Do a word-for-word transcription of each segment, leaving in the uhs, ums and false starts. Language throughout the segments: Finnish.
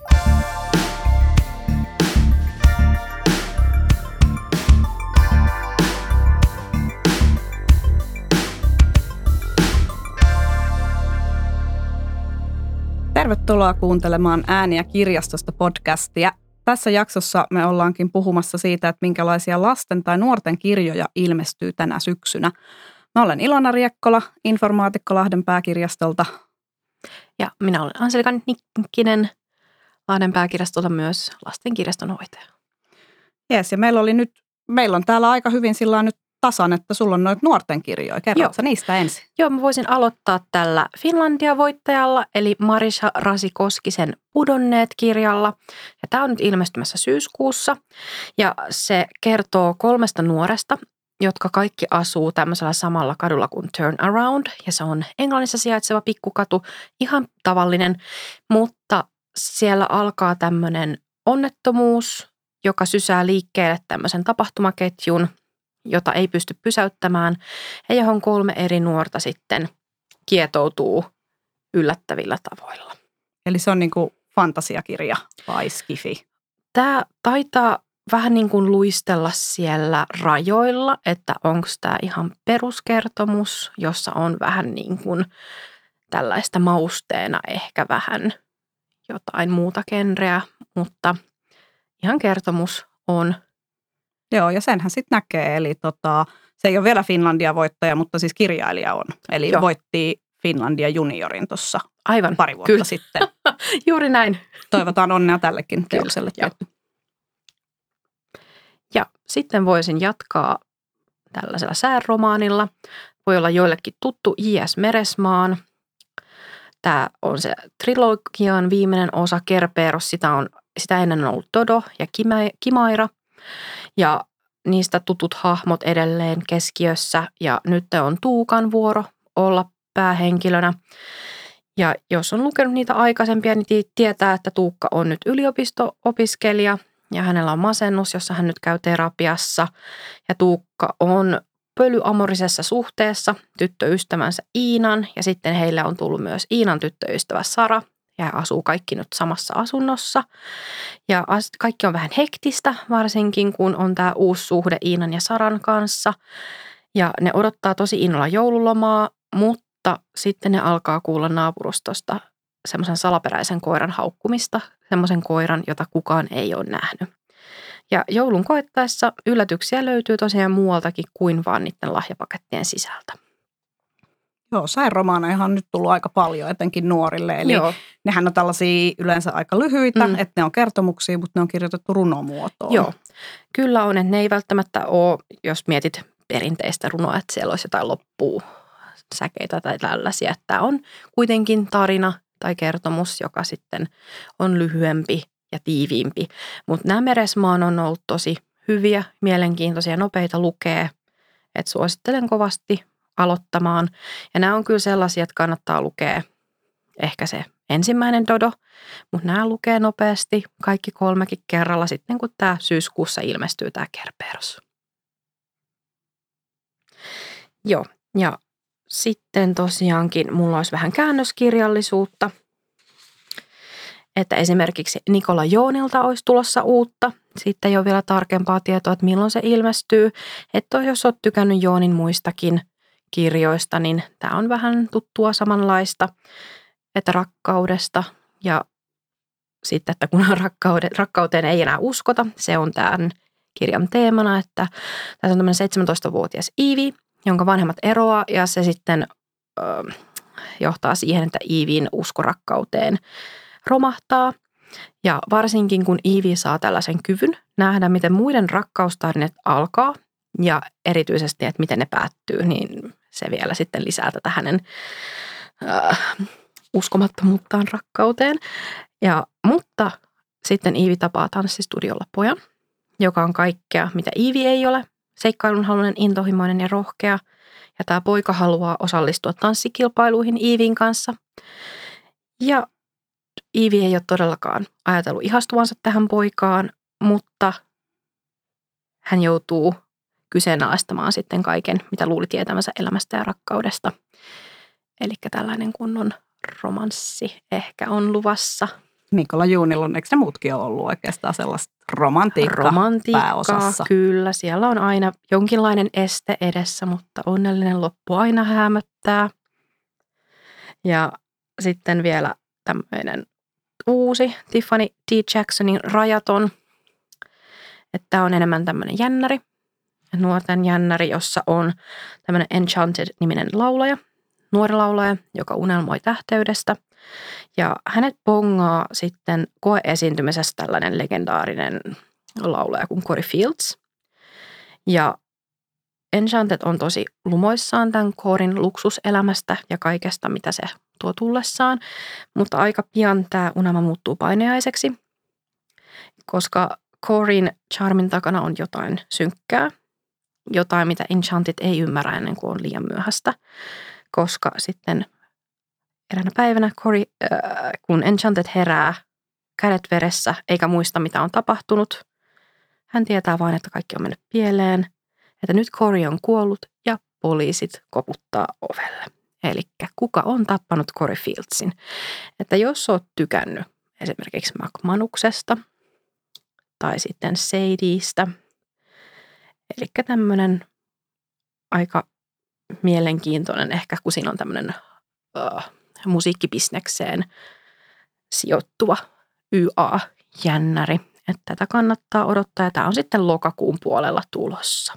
Tervetuloa kuuntelemaan Ääniä kirjastosta podcastia. Tässä jaksossa me ollaankin puhumassa siitä, että minkälaisia lasten tai nuorten kirjoja ilmestyy tänä syksynä. Mä olen Ilona Riekkola, informaatikko Lahden pääkirjastolta. Ja minä olen Anselika Nikkinen, Lahden pääkirjastolta myös lastenkirjastonhoitaja. Jes, ja meillä oli nyt, meillä on täällä aika hyvin sillä nyt tasan, että sulla on noita nuorten kirjoja. Kerrotko niistä ensin? Joo, mä voisin aloittaa tällä Finlandia-voittajalla, eli Marisha Rasikoskisen Pudonneet-kirjalla. Ja tämä on nyt ilmestymässä syyskuussa. Ja se kertoo kolmesta nuoresta, jotka kaikki asuu tämmöisellä samalla kadulla kuin Turnaround. Ja se on Englannissa sijaitseva pikkukatu, ihan tavallinen, mutta siellä alkaa tämmöinen onnettomuus, joka sysää liikkeelle tämmöisen tapahtumaketjun, jota ei pysty pysäyttämään ja johon kolme eri nuorta sitten kietoutuu yllättävillä tavoilla. Eli se on niin kuin fantasiakirja vai skifi? Tämä taitaa vähän niin kuin luistella siellä rajoilla, että onko tämä ihan peruskertomus, jossa on vähän niin kuin tällaista mausteena ehkä vähän jotain muuta genreä, mutta ihan kertomus on. Joo, ja senhän sitten näkee, eli tota, se ei ole vielä Finlandia-voittaja, mutta siis kirjailija on. Eli Joo. voitti Finlandia juniorin tuossa Aivan, pari vuotta kyllä. sitten. Juuri näin. Toivotaan onnea tällekin teokselle. Ja sitten voisin jatkaa tällaisella sääromaanilla. Voi olla joillekin tuttu J S Meresmaan. Tämä on se trilogian viimeinen osa, Kerberos. Sitä, on, sitä ennen on ollut Dodo ja Kimaira. Ja niistä tutut hahmot edelleen keskiössä ja nyt on Tuukan vuoro olla päähenkilönä. Ja jos on lukenut niitä aikaisempia, niin tietää, että Tuukka on nyt yliopisto-opiskelija ja hänellä on masennus, jossa hän nyt käy terapiassa. Ja Tuukka on pölyamorisessa suhteessa tyttöystävänsä Iinan ja sitten heille on tullut myös Iinan tyttöystävä Sara. Ja asuu kaikki nyt samassa asunnossa. Ja kaikki on vähän hektistä, varsinkin kun on tämä uusi suhde Iinan ja Saran kanssa. Ja ne odottaa tosi innolla joululomaa, mutta sitten ne alkaa kuulla naapurustosta semmoisen salaperäisen koiran haukkumista. Semmoisen koiran, jota kukaan ei ole nähnyt. Ja joulun koettaessa yllätyksiä löytyy tosiaan muualtakin kuin vaan niiden lahjapakettien sisältä. Joo, sääromaana on nyt tullut aika paljon, etenkin nuorille. Eli Joo. nehän on tällaisia yleensä aika lyhyitä, mm. että ne on kertomuksia, mutta ne on kirjoitettu runomuotoon. Joo, kyllä on, että ne ei välttämättä ole, jos mietit perinteistä runoa, että siellä olisi jotain loppuu säkeitä tai tällaisia. Että tämä on kuitenkin tarina tai kertomus, joka sitten on lyhyempi ja tiiviimpi. Mutta nämä Meresmaan on ollut tosi hyviä, mielenkiintoisia, nopeita lukea, että suosittelen kovasti aloittamaan. Ja nämä on kyllä sellaisia, että kannattaa lukea ehkä se ensimmäinen Dodo, mutta nämä lukee nopeasti kaikki kolmekin kerralla sitten, kun tämä syyskuussa ilmestyy tämä Kerberos. Joo, ja sitten tosiaankin mulla olisi vähän käännöskirjallisuutta, että esimerkiksi Nikola Joonilta olisi tulossa uutta. Sitten ei ole vielä tarkempaa tietoa, että milloin se ilmestyy. Että jos olet tykännyt Joonin muistakin kirjoista, niin tämä on vähän tuttua samanlaista, että rakkaudesta ja sitten, että kun rakkauteen ei enää uskota, se on tämän kirjan teemana, että tässä on tämmöinen seitsemäntoistavuotias Iivi, jonka vanhemmat eroaa ja se sitten ö, johtaa siihen, että Iivin usko rakkauteen romahtaa. Ja varsinkin kun Iivi saa tällaisen kyvyn nähdä, miten muiden rakkaustarinat alkaa ja erityisesti, että miten ne päättyy, niin se vielä sitten lisää tätä hänen äh, uskomattomuuttaan rakkauteen. Ja, mutta sitten Iivi tapaa tanssistudiolla pojan, joka on kaikkea, mitä Iivi ei ole. Seikkailunhaluinen, intohimoinen ja rohkea. Ja tämä poika haluaa osallistua tanssikilpailuihin Iivin kanssa. Ja Iivi ei ole todellakaan ajatellut ihastuvansa tähän poikaan, mutta hän joutuu kyseenalaistamaan sitten kaiken, mitä luuli tietämänsä elämästä ja rakkaudesta. Eli tällainen kunnon romanssi ehkä on luvassa. Nikola Joonilla on, eikö ne muutkin ole ollut oikeastaan sellaista romantiikkaa, romantiikkaa pääosassa? Kyllä, siellä on aina jonkinlainen este edessä, mutta onnellinen loppu aina häämöttää. Ja sitten vielä tämmöinen uusi Tiffany D. Jacksonin Rajaton. Että tämä on enemmän tämmöinen jännäri, nuorten jännäri, jossa on tämmöinen Enchanted-niminen laulaja, nuori laulaja, joka unelmoi tähteydestä. Ja hänet pongaa sitten koeesiintymisessä tällainen legendaarinen laulaja kuin Corey Fields. Ja Enchanted on tosi lumoissaan tämän Coreyn luksuselämästä ja kaikesta, mitä se tuo tullessaan. Mutta aika pian tämä unelma muuttuu painajaiseksi, koska Coreyn charmin takana on jotain synkkää. Jotain, mitä Enchanted ei ymmärrä ennen kuin on liian myöhäistä. Koska sitten eräänä päivänä, Corey, äh, kun Enchanted herää kädet veressä eikä muista, mitä on tapahtunut, hän tietää vain, että kaikki on mennyt pieleen, että nyt Corey on kuollut ja poliisit koputtaa ovelle. Eli kuka on tappanut Corey Fieldsin? Että jos oot tykännyt esimerkiksi McManuksesta tai sitten Sadiestä, eli tämmöinen aika mielenkiintoinen ehkä, kun siinä on tämmöinen uh, musiikkibisnekseen sijoittuva Y A-jännäri. Että tätä kannattaa odottaa ja tämä on sitten lokakuun puolella tulossa.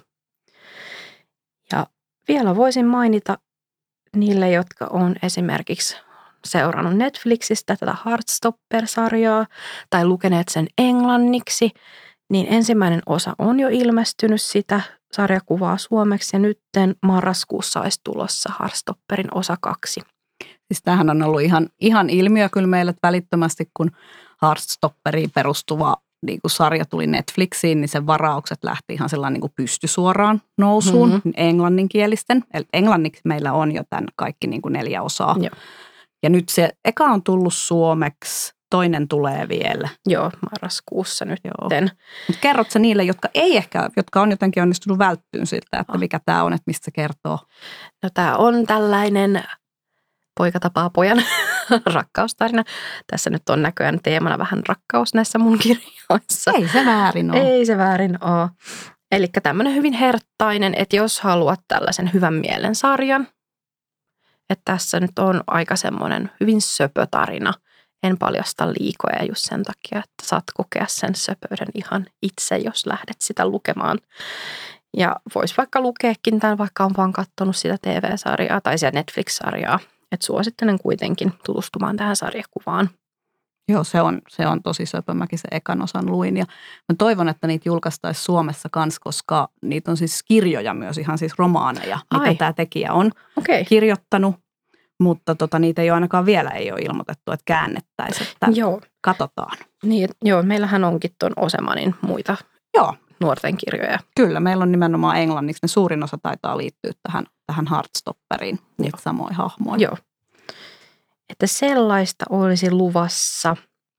Ja vielä voisin mainita niille, jotka on esimerkiksi seurannut Netflixistä tätä Heartstopper-sarjaa tai lukeneet sen englanniksi, niin ensimmäinen osa on jo ilmestynyt sitä sarjakuvaa suomeksi ja nytten marraskuussa olisi tulossa Heartstopperin osa kaksi. Siis tämähän on ollut ihan, ihan ilmiö kyllä meille välittömästi, kun Heartstopperiin perustuva niin kuin sarja tuli Netflixiin, niin sen varaukset lähti ihan sellainen niin kuin pystysuoraan nousuun mm-hmm. englanninkielisten. Eli englanniksi meillä on jo tämän kaikki niin kuin neljä osaa. Joo. Ja nyt se eka on tullut suomeksi, toinen tulee vielä. Joo, marraskuussa nyt. Mutta kerrot sä niille, jotka ei ehkä, jotka on jotenkin onnistunut välttyyn siltä, että mikä tämä on, että mistä se kertoo? No tämä on tällainen poika tapaa pojan rakkaustarina. Tässä nyt on näköjään teemana vähän rakkaus näissä mun kirjoissa. Ei se väärin ole. Ei se väärin ole. Eli tämmöinen hyvin herttainen, että jos haluat tällaisen hyvän mielen sarjan, että tässä nyt on aika semmoinen hyvin söpö tarina. En paljasta liikoja just sen takia, että saat kokea sen söpöyden ihan itse, jos lähdet sitä lukemaan. Ja vois vaikka lukeekin tämän, vaikka on vaan katsonut sitä T V-sarjaa tai sitä Netflix-sarjaa. Että suosittelen kuitenkin tutustumaan tähän sarjakuvaan. Joo, se on, se on tosi söpö. Mäkin se ekan osan luin. Ja mä toivon, että niitä julkaistaisiin Suomessa kanssa, koska niitä on siis kirjoja myös, ihan siis romaaneja, Ai. mitä tämä tekijä on okay. kirjoittanut. Mutta tota, niitä ei ole ainakaan vielä ei ole ilmoitettu, että käännettäisiin, että joo. katsotaan. Niin, joo, meillähän onkin tuon Osemanin muita joo. nuorten kirjoja. Kyllä, meillä on nimenomaan englanniksi. Ne suurin osa taitaa liittyä tähän, tähän Heartstopperiin, niitä samoja hahmoja. Joo. Että sellaista olisi luvassa.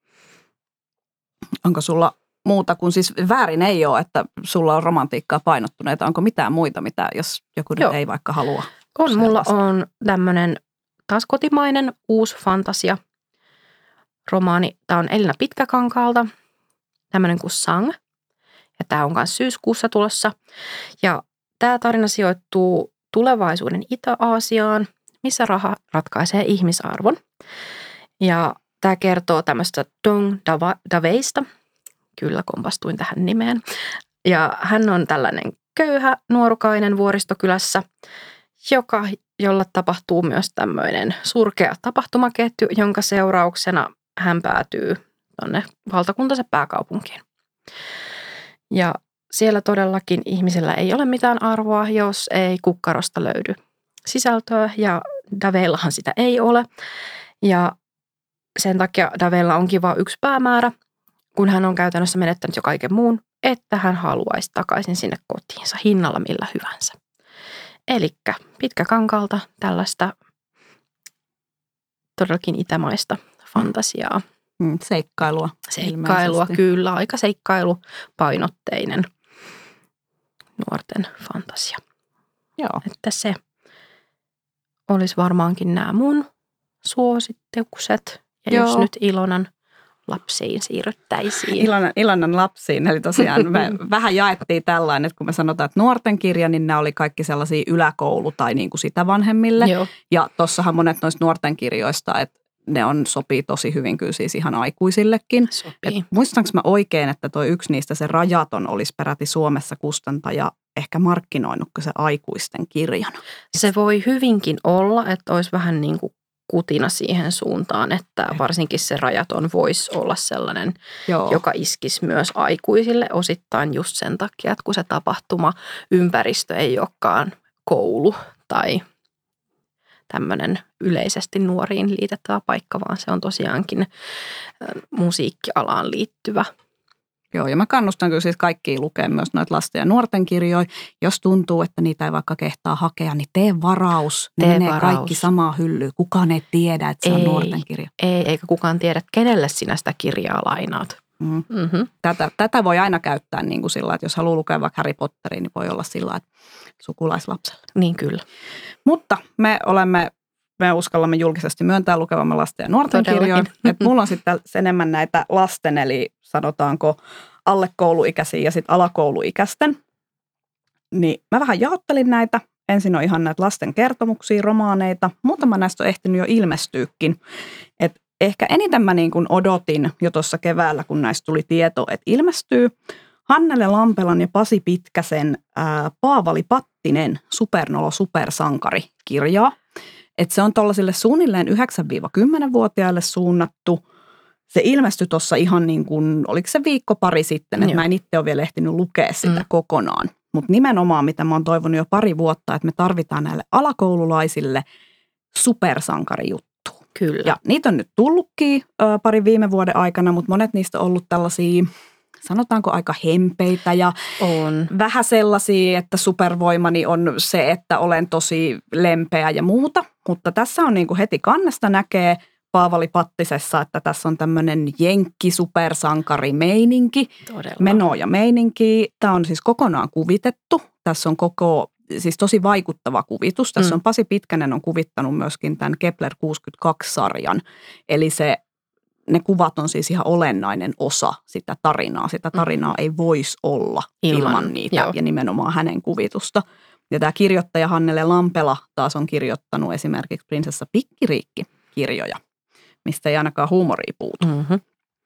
Onko sulla muuta kuin, siis väärin ei ole, että sulla on romantiikkaa painottuneita. Onko mitään muita, mitä jos joku nyt ei vaikka halua? On, sellaista. Mulla on tämmöinen taas kotimainen uusi fantasia romaani. Tämä on Elina Pitkäkankaalta, tämmöinen kuin Sang. Ja tämä on myös syyskuussa tulossa. Ja tämä tarina sijoittuu tulevaisuuden Itä-Aasiaan, missä raha ratkaisee ihmisarvon. Ja tämä kertoo tämmöistä Dong Daveista. Kyllä kompastuin tähän nimeen. Ja hän on tällainen köyhä nuorukainen vuoristokylässä, joka, jolla tapahtuu myös tämmöinen surkea tapahtumaketju, jonka seurauksena hän päätyy tuonne valtakuntansa pääkaupunkiin. Ja siellä todellakin ihmisellä ei ole mitään arvoa, jos ei kukkarosta löydy sisältöä, ja Daveillahan sitä ei ole. Ja sen takia Davella onkin vain yksi päämäärä, kun hän on käytännössä menettänyt jo kaiken muun, että hän haluaisi takaisin sinne kotiinsa hinnalla millä hyvänsä. Elikkä Pitkäkankalta tällaista todellakin itämaista fantasiaa. Mm, seikkailua. Seikkailua, kyllä. Aika seikkailupainotteinen nuorten fantasia. Joo. Että se olisi varmaankin nämä mun suositukset. Ja Joo. jos nyt Ilonan lapsiin siirryttäisiin. Ilonan, Ilonan lapsiin, eli tosiaan me vähän jaettiin tällainen, että kun me sanotaan, että nuorten kirja, niin nämä oli kaikki sellaisia yläkoulu- tai niin kuin sitä vanhemmille. Joo. Ja tossahan monet noista nuorten kirjoista, että ne on, sopii tosi hyvin kyllä siis ihan aikuisillekin. Sopii. Muistanko mä oikein, että toi yksi niistä, se Rajaton, olisi peräti Suomessa kustantaja ehkä markkinoinutko se aikuisten kirjana? Se voi hyvinkin olla, että olisi vähän niin kuin kutina siihen suuntaan, että varsinkin se Rajaton voisi olla sellainen, Joo. joka iskisi myös aikuisille osittain just sen takia, että kun se tapahtuma ympäristö ei olekaan koulu tai tämmöinen yleisesti nuoriin liitettävä paikka, vaan se on tosiaankin musiikkialaan liittyvä. Joo, ja mä kannustan kyllä siis kaikkia lukemaan myös noita lasten ja nuorten kirjoja. Jos tuntuu, että niitä ei vaikka kehtaa hakea, niin tee varaus. Ne tee menee varaus. kaikki samaa hyllyyn. Kukaan ei tiedä, että se ei, on nuorten kirja. Ei, eikä kukaan tiedä, kenelle sinä sitä kirjaa lainaat. Mm. Mm-hmm. Tätä, tätä voi aina käyttää niin kuin sillä, että jos haluaa lukea vaikka Harry Potteria, niin voi olla sillä, että sukulaislapselle. Niin kyllä. Mutta me olemme, me uskallamme julkisesti myöntää lukevamme lasten ja nuorten kirjoja. Että mulla on sitten enemmän näitä lasten, eli sanotaanko alle kouluikäisiä ja sitten alakouluikäisten. Niin mä vähän jaottelin näitä. Ensin on ihan näitä lasten kertomuksia, romaaneita. Muutama näistä on ehtinyt jo ilmestyykin. Että ehkä eniten mä niin kuin odotin jo tuossa keväällä, kun näistä tuli tieto, että ilmestyy Hannele Lampelan ja Pasi Pitkäsen ää, Paavali Pattinen Supernolo supersankari-kirjaa. Että se on tuollaisille suunnilleen yhdeksän-kymmenen-vuotiaille suunnattu. Se ilmestyi tuossa ihan niin kuin, oliko se viikko pari sitten, että Joo. mä en itse ole vielä ehtinyt lukea sitä mm. kokonaan. Mutta nimenomaan, mitä mä oon toivonut jo pari vuotta, että me tarvitaan näille alakoululaisille supersankarijuttuja. Kyllä. Ja niitä on nyt tullutkin ö, pari viime vuoden aikana, mutta monet niistä on ollut tällaisia, sanotaanko aika hempeitä ja on. vähän sellaisia, että supervoimani on se, että olen tosi lempeä ja muuta. Mutta tässä on niin kuin heti kannesta näkee Paavali Pattisessa, että tässä on tämmöinen jenkki-supersankari-meininki, Todella. meno ja meininki. Tämä on siis kokonaan kuvitettu. Tässä on koko, siis tosi vaikuttava kuvitus. Tässä mm. on Pasi Pitkänen on kuvittanut myöskin tämän Kepler kuusikymmentäkaksi-sarjan. Eli se, ne kuvat on siis ihan olennainen osa sitä tarinaa. Sitä tarinaa mm. ei voisi olla ilman, ilman niitä joo. ja nimenomaan hänen kuvitusta. Ja tämä kirjoittaja Hannele Lampela taas on kirjoittanut esimerkiksi Prinsessa Pikkiriikki-kirjoja, mistä ei ainakaan huumoria puutu. Mm-hmm.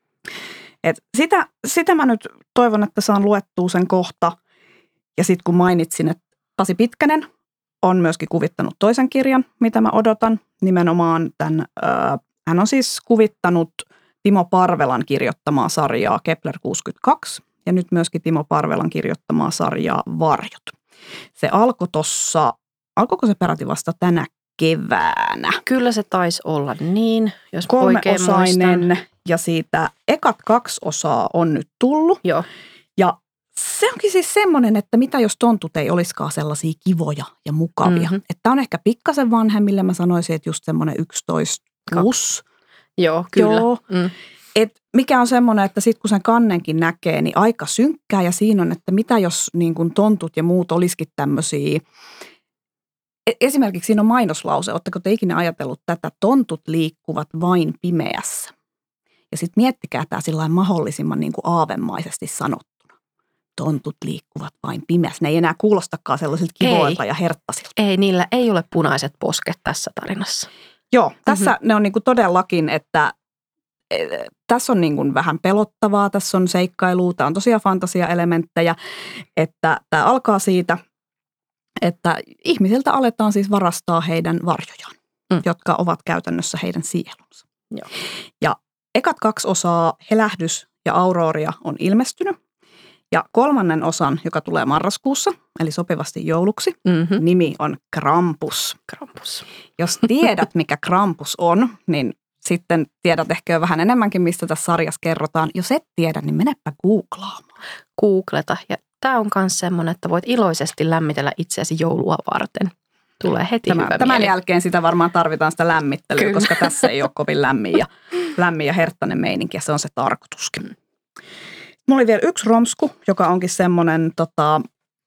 Et sitä, sitä mä nyt toivon, että saan luettua sen kohta. Ja sitten kun mainitsin, että Pasi Pitkänen on myöskin kuvittanut toisen kirjan, mitä mä odotan. Nimenomaan tämän, äh, hän on siis kuvittanut Timo Parvelan kirjoittamaa sarjaa Kepler kuusikymmentäkaksi ja nyt myöskin Timo Parvelan kirjoittamaa sarjaa Varjot. Se alkoi tuossa, alkoiko se peräti vasta tänä keväänä? Kyllä se taisi olla niin, jos oikein muistan. Ja siitä ekat kaksi osaa on nyt tullut. Joo. Ja se onkin siis semmoinen, että mitä jos tontut ei olisikaan sellaisia kivoja ja mukavia. Mm-hmm. Että on ehkä pikkasen vanhemmille, mä sanoisin, että just semmoinen yksitoista plus. Joo, kyllä. Joo. Mm. Et mikä on semmoinen, että sitten kun sen kannenkin näkee, niin aika synkkää ja siinä on, että mitä jos niin kun tontut ja muut olisikin tämmöisiä. Esimerkiksi siinä on mainoslause, ootteko te ikinä ajatellut tätä, tontut liikkuvat vain pimeässä. Ja sitten miettikää tämä sillain mahdollisimman niin kuin aavemaisesti sanottuna. Tontut liikkuvat vain pimeässä. Ne ei enää kuulostakaan sellaisilta kivoilta ei. ja herttasilta. Ei, niillä ei ole punaiset posket tässä tarinassa. Joo, tässä mm-hmm. ne on niin kuin todellakin, että tässä on niin kuin vähän pelottavaa, tässä on seikkailua, tämä on tosiaan fantasiaelementtejä, että tämä alkaa siitä, että ihmisiltä aletaan siis varastaa heidän varjojaan, mm. jotka ovat käytännössä heidän sielunsa. Joo. Ja ekat kaksi osaa, Helähdys ja Auroria, on ilmestynyt. Ja kolmannen osan, joka tulee marraskuussa, eli sopivasti jouluksi, mm-hmm. nimi on Krampus. Krampus. Jos tiedät, mikä Krampus on, niin sitten tiedät ehkä jo vähän enemmänkin, mistä tässä sarjassa kerrotaan. Jos et tiedä, niin menepä googlaamaan. Googleta. Ja tämä on myös semmoinen, että voit iloisesti lämmitellä itseäsi joulua varten. Tulee heti Tämä, hyvä Tämän mieli. jälkeen sitä varmaan tarvitaan sitä lämmittelyä, Kyllä. koska tässä ei ole kovin lämmin ja, lämmin ja herttainen meininki ja se on se tarkoituskin. Mulla oli vielä yksi romsku, joka onkin semmoinen tota,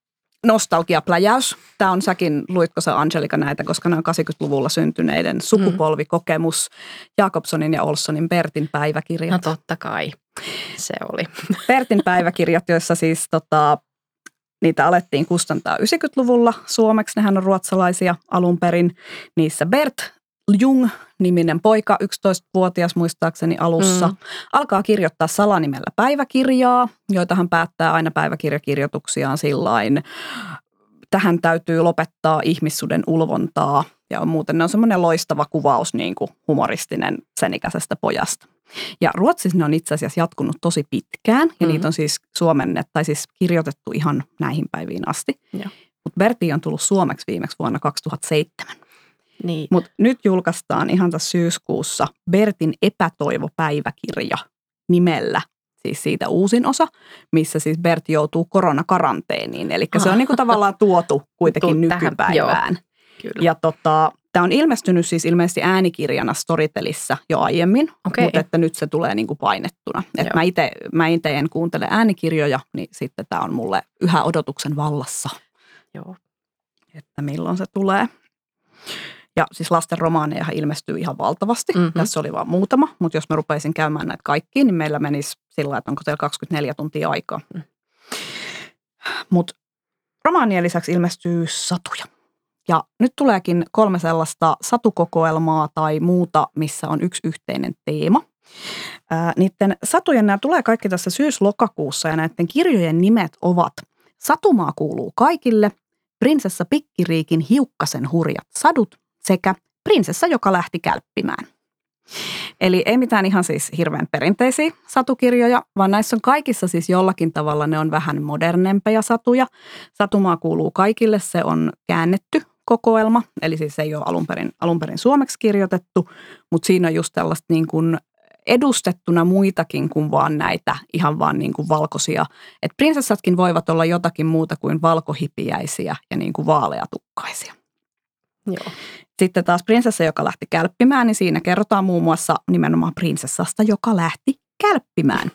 nostalgiapläjäys. Tämä on, säkin luitko sä Angelika näitä, koska nämä on kahdeksankymmentäluvulla syntyneiden sukupolvikokemus, Jakobsonin ja Olssonin Bertin päiväkirjat. No totta kai, se oli. Bertin päiväkirjat, joissa siis tota, niitä alettiin kustantaa yhdeksänkymmentäluvulla suomeksi. Nehän on ruotsalaisia alun perin. Niissä Bert Jung-niminen poika, yksitoistavuotias muistaakseni alussa, mm. alkaa kirjoittaa salanimellä päiväkirjaa, joita hän päättää aina päiväkirjakirjoituksiaan sillain. Tähän täytyy lopettaa ihmissuden ulvontaa ja muuten ne on semmoinen loistava kuvaus, niin kuin humoristinen sen ikäisestä pojasta. Ja Ruotsissa ne on itse asiassa jatkunut tosi pitkään ja mm. niitä on siis suomennettu tai siis kirjoitettu ihan näihin päiviin asti. Mutta Berti on tullut suomeksi viimeksi vuonna kaksituhattaseitsemän. Niin. Mutta nyt julkaistaan ihan tässä syyskuussa Bertin epätoivopäiväkirja nimellä, siis siitä uusin osa, missä siis Bert joutuu koronakaranteeniin. Eli se on niinku tavallaan tuotu kuitenkin nykypäivään. Ja tota, tämä on ilmestynyt siis ilmeisesti äänikirjana Storytelissä jo aiemmin, okay. mutta että nyt se tulee niinku painettuna. Et mä itse mä ite en kuuntele äänikirjoja, niin sitten tämä on mulle yhä odotuksen vallassa, Joo. että milloin se tulee. Ja siis lasten romaaneja ilmestyy ihan valtavasti. Mm-hmm. Tässä oli vaan muutama, mutta jos mä rupeisin käymään näitä kaikkiin, niin meillä menisi sillä, että onko teillä kaksikymmentäneljä tuntia aikaa. Mm. Mutta romaanien lisäksi ilmestyy satuja. Ja nyt tuleekin kolme sellaista satukokoelmaa tai muuta, missä on yksi yhteinen teema. Ää, niiden satujen, nämä tulee kaikki tässä syys-lokakuussa ja näiden kirjojen nimet ovat Satumaa kuuluu kaikille, Prinsessa Pikkiriikin hiukkasen hurjat sadut sekä Prinsessa, joka lähti kälppimään. Eli ei mitään ihan siis hirveän perinteisiä satukirjoja, vaan näissä on kaikissa siis jollakin tavalla ne on vähän modernempeja satuja. Satumaa kuuluu kaikille, se on käännetty kokoelma, eli siis se ei ole alun perin, alun perin suomeksi kirjoitettu, mutta siinä on just tällaista niin kuin edustettuna muitakin kuin vaan näitä ihan vaan niin kuin valkoisia. Että prinsessatkin voivat olla jotakin muuta kuin valkohipiäisiä ja niin kuin vaaleatukkaisia. Joo. Sitten taas Prinsessa, joka lähti kälppimään, niin siinä kerrotaan muun muassa nimenomaan prinsessasta, joka lähti kälppimään.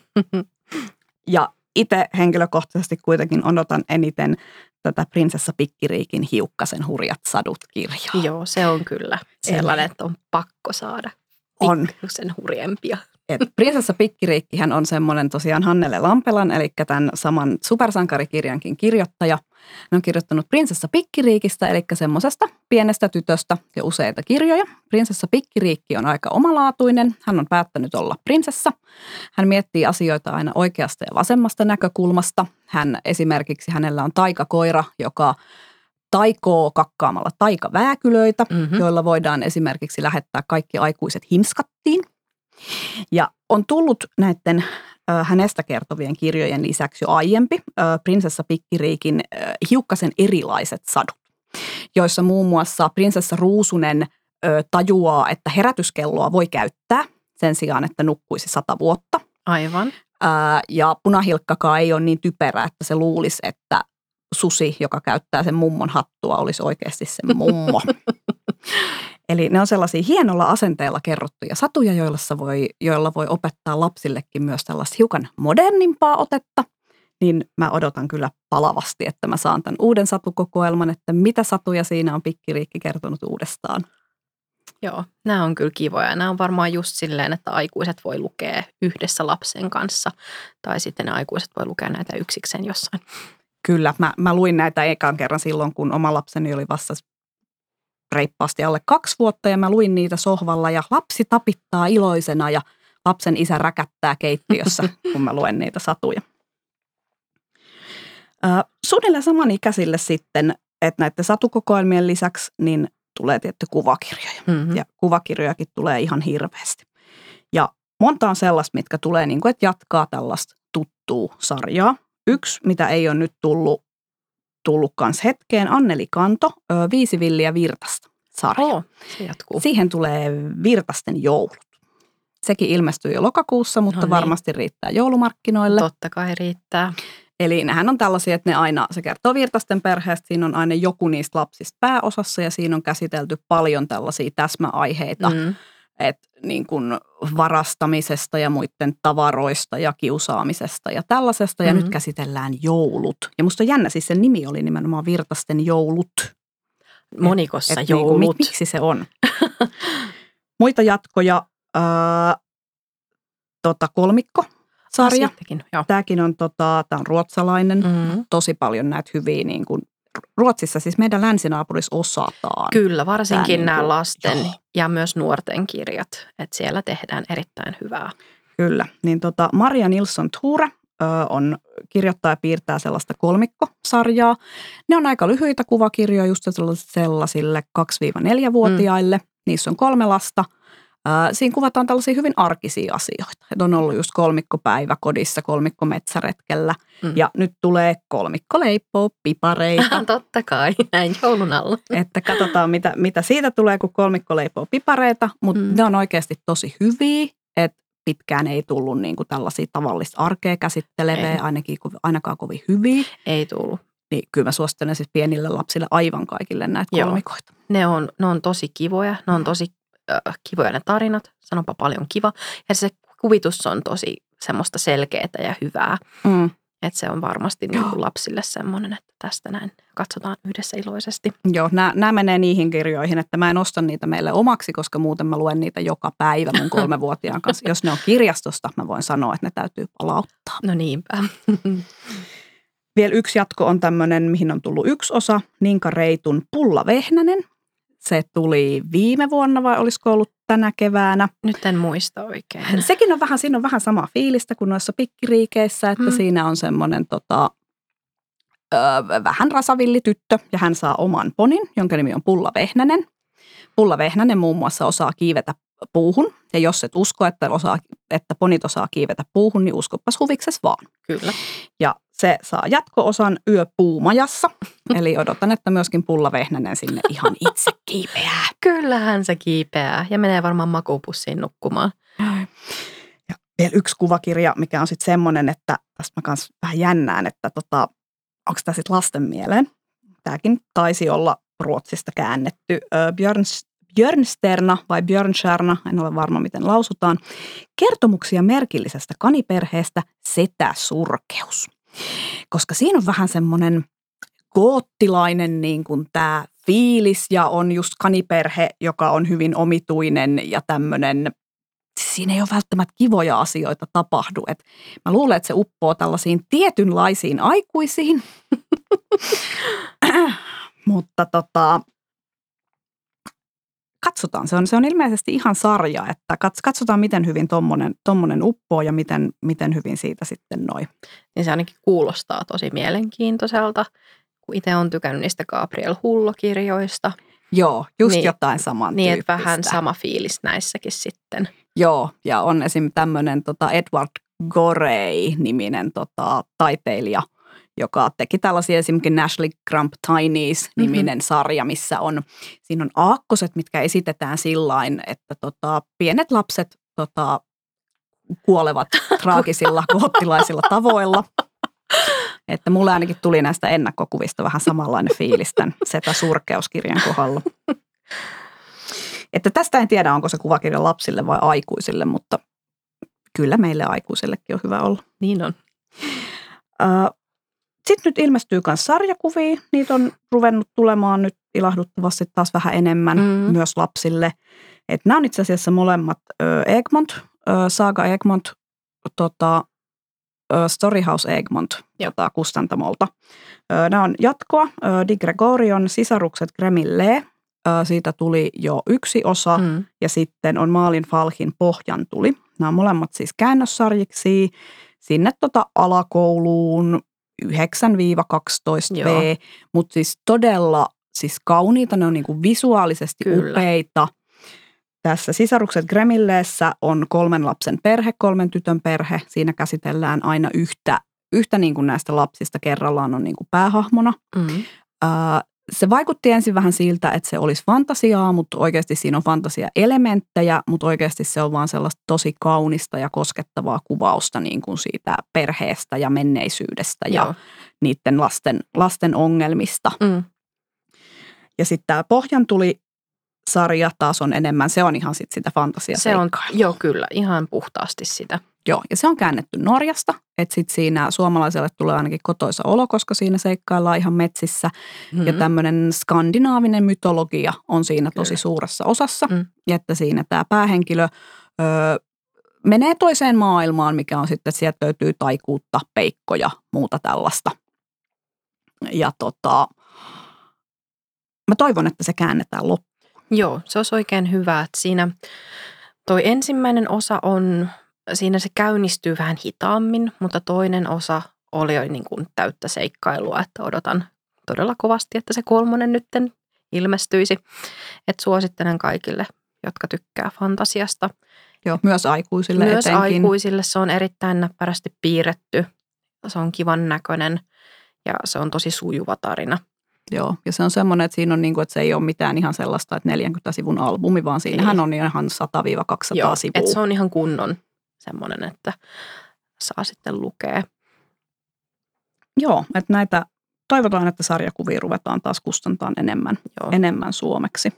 Ja itse henkilökohtaisesti kuitenkin odotan eniten tätä Prinsessa Pikkiriikin hiukkasen hurjat sadut -kirjaa. Joo, se on kyllä sellainen, että on pakko saada on sen hurjempia. Et Prinsessa Pikkiriikkihän on semmoinen tosiaan Hannele Lampelan, eli tämän saman supersankarikirjankin kirjoittaja. Ne on kirjoittanut Prinsessa Pikkiriikistä, eli semmoisesta pienestä tytöstä ja useita kirjoja. Prinsessa Pikkiriikki on aika omalaatuinen. Hän on päättänyt olla prinsessa. Hän miettii asioita aina oikeasta ja vasemmasta näkökulmasta. Hän esimerkiksi, hänellä on taikakoira, joka taikoo kakkaamalla taikavääkylöitä, mm-hmm. joilla voidaan esimerkiksi lähettää kaikki aikuiset himskattiin. Ja on tullut näiden ö, hänestä kertovien kirjojen lisäksi jo aiempi ö, Prinsessa Pikkiriikin ö, hiukkasen erilaiset sadut, joissa muun muassa prinsessa Ruusunen ö, tajuaa, että herätyskelloa voi käyttää sen sijaan, että nukkuisi sata vuotta. Aivan. Ö, ja Punahilkkakaan ei ole niin typerä, että se luulisi, että susi, joka käyttää sen mummon hattua, olisi oikeasti se mummo. Eli ne on sellaisia hienolla asenteella kerrottuja satuja, joilla voi, joilla voi opettaa lapsillekin myös tällaista hiukan modernimpaa otetta. Niin mä odotan kyllä palavasti, että mä saan tämän uuden satukokoelman, että mitä satuja siinä on Pikkiriikki kertonut uudestaan. Joo, nämä on kyllä kivoja. Nämä on varmaan just silleen, että aikuiset voi lukea yhdessä lapsen kanssa tai sitten ne aikuiset voi lukea näitä yksikseen jossain. Kyllä, mä, mä luin näitä ekan kerran silloin, kun oma lapseni oli vasta reippaasti alle kaksi vuotta ja mä luin niitä sohvalla ja lapsi tapittaa iloisena ja lapsen isä räkättää keittiössä, kun mä luen niitä satuja. Äh, suunnilleen samanikäisille sitten, että näiden satukokoelmien lisäksi niin tulee tietty kuvakirjoja mm-hmm. ja kuvakirjojakin tulee ihan hirveästi. Ja monta on sellaista, mitkä tulee niin kuin, että jatkaa tällaista tuttua sarjaa. Yksi, mitä ei ole nyt tullut, tullut kans hetkeen, Anneli Kanto, Viisi villiä Virtasta sarja. Oh, se jatkuu. Siihen tulee Virtasten joulut. Sekin ilmestyy jo lokakuussa, mutta no niin. varmasti riittää joulumarkkinoille. Totta kai riittää. Eli nehän on tällaisia, että ne aina, se kertoo Virtasten perheestä, siinä on aina joku niistä lapsista pääosassa ja siinä on käsitelty paljon tällaisia täsmäaiheita. Mm. että niin kuin varastamisesta ja muiden tavaroista ja kiusaamisesta ja tällaisesta. Ja Mm-hmm. nyt käsitellään joulut. Ja musta on jännä, siis sen nimi oli nimenomaan Virtasten joulut. Monikossa et, et joulut. Niin kuin, miksi se on? Muita jatkoja, ää, tota, kolmikko-sarja. Ah, sittenkin, joo. Tämäkin on, tota, tää on ruotsalainen. Mm-hmm. Tosi paljon näitä hyviä, niin kuin, Ruotsissa siis meidän länsinaapurissa osataan. Kyllä, varsinkin Tää nämä niin kuin, lasten joo. ja myös nuorten kirjat, että siellä tehdään erittäin hyvää. Kyllä, niin tota, Maria Nilsson Ture ö, on kirjoittaa ja piirtää sellaista kolmikkosarjaa. Ne on aika lyhyitä kuvakirjoja just sellaisille kaksi-neljä-vuotiaille. Mm. Niissä on kolme lasta. Ö, siinä kuvataan tällaisia hyvin arkisia asioita. Et on ollut just kolmikkopäivä kodissa, kolmikko metsäretkellä mm. ja nyt tulee kolmikko leippoo pipareita. Totta kai, näin joulun alla. Että katsotaan, mitä, mitä siitä tulee, kun kolmikko leipoo pipareita, mutta mm. ne on oikeasti tosi hyviä, että pitkään ei tullut niin kuin tällaisia tavallista arkea käsitteleviä, ainakin, ainakaan kovin hyviä. Ei tullut. Niin kyllä mä suosittelen siis pienille lapsille aivan kaikille näitä Joo. kolmikoita. Ne on, ne on tosi kivoja, ne on tosi äh, kivoja ne tarinat, sanopa paljon kiva. Ja se kuvitus on tosi semmoista selkeää ja hyvää. Mm. Että se on varmasti niin kuin lapsille semmoinen, että tästä näin katsotaan yhdessä iloisesti. Joo, nämä menee niihin kirjoihin, että mä en osta niitä meille omaksi, koska muuten mä luen niitä joka päivä mun kolmevuotiaan kanssa. Jos ne on kirjastosta, mä voin sanoa, että ne täytyy palauttaa. No niinpä. Vielä yksi jatko on tämmöinen, mihin on tullut yksi osa, Ninka Reitun Pulla Vehnänen. Se tuli viime vuonna vai olisiko ollut tänä keväänä? Nyt en muista oikein. Sekin on vähän, siinä on vähän samaa fiilistä kuin noissa pikkiriikeissä, että hmm. siinä on semmoinen tota, ö, vähän rasavilli tyttö ja hän saa oman ponin, jonka nimi on Pulla Vehnänen. Pulla Vehnänen muun muassa osaa kiivetä puuhun ja jos et usko, että, osaa, että ponit osaa kiivetä puuhun, niin uskopas huvikses vaan. Kyllä. Ja se saa jatko-osan Yö puumajassa, eli odotan, että myöskin Pulla Vehnänen sinne ihan itse kiipeää. Kyllähän se kiipeää ja menee varmaan makuupussiin nukkumaan. Ja vielä yksi kuvakirja, mikä on sitten semmoinen, että tästä mä kanssa vähän jännään, että tota, onko tämä sitten lasten mieleen. Tämäkin taisi olla Ruotsista käännetty. Björns, Björnsterna vai Björnstjärna, en ole varma miten lausutaan. Kertomuksia merkillisestä kaniperheestä Setä Surkeus. Koska siinä on vähän semmoinen goottilainen niin kuin tämä fiilis ja on just kaniperhe, joka on hyvin omituinen ja tämmöinen, siinä ei ole välttämättä kivoja asioita tapahdu. Et mä luulen, että se uppoo tällaisiin tietynlaisiin aikuisiin, mutta tota, katsotaan. Se on, se on ilmeisesti ihan sarja, että katsotaan miten hyvin tommonen, tommonen uppoo ja miten, miten hyvin siitä sitten noi. Niin se ainakin kuulostaa tosi mielenkiintoiselta, kun itse on tykännyt niistä Gabriel Hullo-kirjoista. Joo, just niin, jotain samantyyppistä. Niin, että vähän sama fiilis näissäkin sitten. Joo, ja on esim. Tämmöinen tota Edward Gorey-niminen tota, taiteilija, joka teki tällaisia esimerkiksi National Grump Tinies-niminen mm-hmm. sarja, missä on, siinä on aakkoset, mitkä esitetään sillain, että tota, pienet lapset tota, kuolevat traagisilla goottilaisilla tavoilla. Että mulle ainakin tuli näistä ennakkokuvista vähän samanlainen fiilis tämän Setä Surkeuskirjan kohdalla. Että tästä en tiedä, onko se kuvakirja lapsille vai aikuisille, mutta kyllä meille aikuisillekin on hyvä olla. Niin on. Uh, Sitten nyt ilmestyy myös sarjakuvia. Niitä on ruvennut tulemaan nyt ilahduttavasti taas vähän enemmän mm. myös lapsille. Et nämä on itse asiassa molemmat ö, Egmont, ö, Saga Egmont, tota, ö, Storyhouse Egmont tota, kustantamolta. Ö, nämä on jatkoa. Ö, Di Gregorion Sisarukset Grämille. Ö, siitä tuli jo yksi osa mm. ja sitten on Maalin Falkin Pohjan tuli. Nämä on molemmat siis käännössarjiksi sinne tota alakouluun. yhdeksän kaksitoista vuotiaat, mutta siis todella siis kauniita, ne on niinku visuaalisesti Kyllä. upeita. Tässä Sisarukset Grämilleessä on kolmen lapsen perhe, kolmen tytön perhe. Siinä käsitellään aina yhtä, yhtä niinku näistä lapsista kerrallaan on niinku päähahmona. Mm-hmm. Äh, se vaikutti ensin vähän siltä, että se olisi fantasiaa, mutta oikeasti siinä on fantasia-elementtejä, mutta oikeasti se on vaan sellaista tosi kaunista ja koskettavaa kuvausta niin kuin siitä perheestä ja menneisyydestä Joo. ja niiden lasten, lasten ongelmista. Mm. Ja sitten tämä Pohjan tuli sarja taas on enemmän, se on ihan sit sitä fantasiaseikkailua. Se on, joo kyllä, ihan puhtaasti sitä. Joo, ja se on käännetty Norjasta, että sitten siinä suomalaiselle tulee ainakin kotoisa olo, koska siinä seikkaillaan ihan metsissä. Mm-hmm. Ja tämmöinen skandinaavinen mytologia on siinä tosi Kyllä. suuressa osassa. Mm. Ja että siinä tämä päähenkilö ö, menee toiseen maailmaan, mikä on sitten, että sieltä löytyy taikuutta, peikkoja, muuta tällaista. Ja tota, mä toivon, että se käännetään loppuun. Joo, se olisi oikein hyvä, että siinä toi ensimmäinen osa on... Siinä se käynnistyy vähän hitaammin, mutta toinen osa oli jo niin kuin täyttä seikkailua, että odotan todella kovasti, että se kolmonen nytten ilmestyisi. Että suosittelen kaikille, jotka tykkää fantasiasta. Joo, myös aikuisille Myös etenkin. aikuisille se on erittäin näppärästi piirretty. Se on kivan näköinen ja se on tosi sujuva tarina. Joo, ja se on semmoinen, että siinä on niin kuin, että se ei ole mitään ihan sellaista, että neljänkymmenen sivun albumi, vaan siinähän on ihan sata kaksisataa Joo, sivua. että se on ihan kunnon. Semmoinen, että saa sitten lukea. Joo, että näitä, toivotaan, että sarjakuvia ruvetaan taas kustantamaan enemmän, enemmän suomeksi.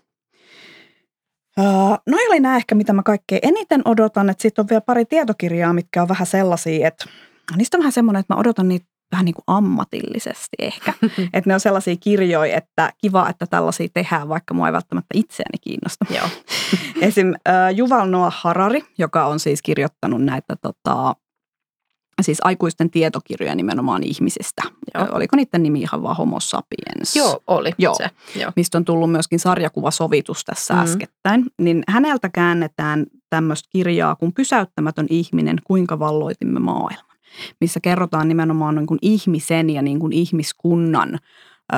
Uh, no oli nämä ehkä, mitä mä kaikkein eniten odotan, että sitten on vielä pari tietokirjaa, mitkä on vähän sellaisia, että niistä on vähän semmoinen, että mä odotan niitä vähän niin kuin ammatillisesti ehkä. Että ne on sellaisia kirjoja, että kiva, että tällaisia tehdään, vaikka mua ei välttämättä itseäni kiinnosta. Joo. Esim. Äh, Yuval Noah Harari, joka on siis kirjoittanut näitä tota, siis aikuisten tietokirjoja nimenomaan ihmisistä. Joo. Oliko niiden nimi ihan vaan Homo sapiens? Joo, oli Joo. se. Joo. Mistä on tullut myöskin sarjakuvasovitus tässä mm-hmm. äskettäin. Niin häneltä käännetään tämmöistä kirjaa kuin Pysäyttämätön ihminen, kuinka valloitimme maailman. Missä kerrotaan nimenomaan niin kuin ihmisen ja niin kuin ihmiskunnan ö,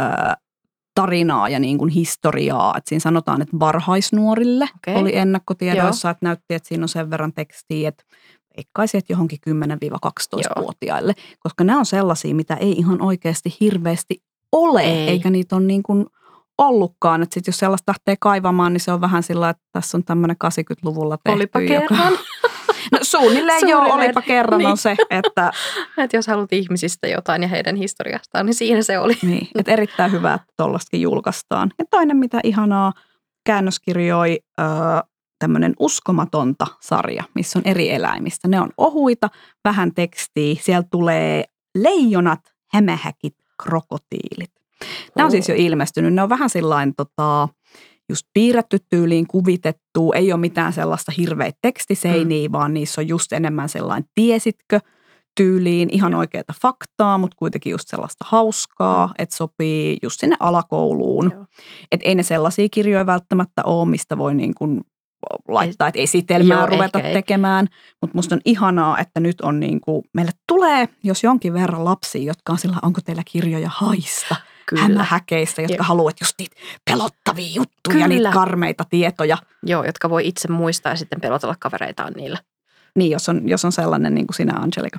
tarinaa ja niin kuin historiaa. Et siinä sanotaan, että varhaisnuorille okay. oli ennakkotiedoissa, että näytti, että siinä on sen verran tekstiä, että veikkaisi, että johonkin kymmenen-kaksitoista-vuotiaille. Koska nämä on sellaisia, mitä ei ihan oikeasti hirveästi ole, ei. eikä niitä ole niin kuin ollutkaan. Että sit jos sellaista lähtee kaivamaan, niin se on vähän sillä, että tässä on tämmöinen kahdeksankymmentäluvulla tehty. Olipa kerran. No suunnilleen, suunnilleen joo, olipa kerran niin. on se, että... että jos haluat ihmisistä jotain ja heidän historiastaan, niin siinä se oli. Niin, että erittäin hyvä, että tollastakin julkaistaan. Ja toinen, mitä ihanaa, käännöskirjoi äh, tämmöinen Uskomatonta sarja, missä on eri eläimistä. Ne on ohuita, vähän tekstiä, sieltä tulee leijonat, hämähäkit, krokotiilit. Nämä on siis jo ilmestynyt, ne on vähän sillain tota... just piirretty tyyliin, kuvitettu, ei ole mitään sellaista hirveitä tekstiseiniä, mm. vaan niissä on just enemmän sellainen tiesitkö tyyliin, ihan oikeaa faktaa, mutta kuitenkin just sellaista hauskaa, mm. että sopii just sinne alakouluun. Että ei ne sellaisia kirjoja välttämättä ole, mistä voi niin kuin laittaa, että ei sitelmää Joo, ruveta ehkä, tekemään, mutta musta on ihanaa, että nyt on niin kuin, meille tulee, jos jonkin verran lapsia, jotka on sillä, onko teillä kirjoja haista? Hämähäkeistä, jotka Joo. haluavat just niitä pelottavia juttuja, Kyllä. niitä karmeita tietoja. Joo, jotka voi itse muistaa ja sitten pelotella kavereitaan niillä. Niin, jos on, jos on sellainen niin kuin sinä, Angelika.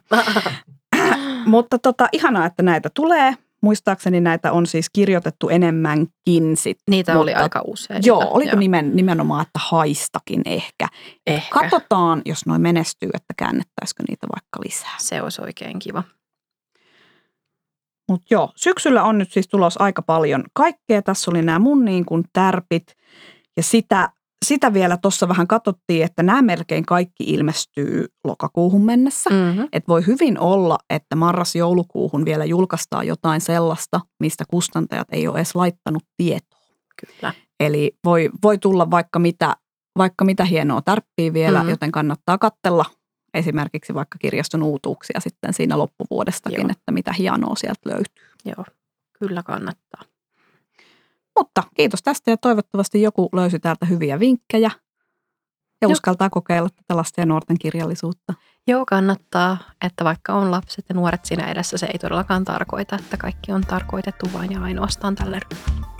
Mutta tota, ihanaa, että näitä tulee. Muistaakseni näitä on siis kirjoitettu enemmänkin sit. Niitä mutta, oli aika usein. Joo, oliko joo. Nimen, nimenomaan, että haistakin ehkä. ehkä. Katsotaan, jos noin menestyy, että käännettäisikö niitä vaikka lisää. Se olisi oikein kiva. Mutta joo, syksyllä on nyt siis tulos aika paljon kaikkea. Tässä oli nämä mun niin kuin tärpit ja sitä, sitä vielä tuossa vähän katsottiin, että nämä melkein kaikki ilmestyy lokakuuhun mennessä. Mm-hmm. Että voi hyvin olla, että marras-joulukuuhun vielä julkaistaan jotain sellaista, mistä kustantajat ei ole edes laittanut tietoa. Kyllä. Eli voi, voi tulla vaikka mitä, vaikka mitä hienoa tärppiä vielä, mm-hmm. joten kannattaa katsella. Esimerkiksi vaikka kirjaston uutuuksia sitten siinä loppuvuodestakin, Joo. että mitä hienoa sieltä löytyy. Joo, kyllä kannattaa. Mutta kiitos tästä ja toivottavasti joku löysi täältä hyviä vinkkejä ja Joo. uskaltaa kokeilla tätä lasten ja nuorten kirjallisuutta. Joo, kannattaa, että vaikka on lapset ja nuoret siinä edessä, se ei todellakaan tarkoita, että kaikki on tarkoitettu vain ja ainoastaan tälle ryhmälle.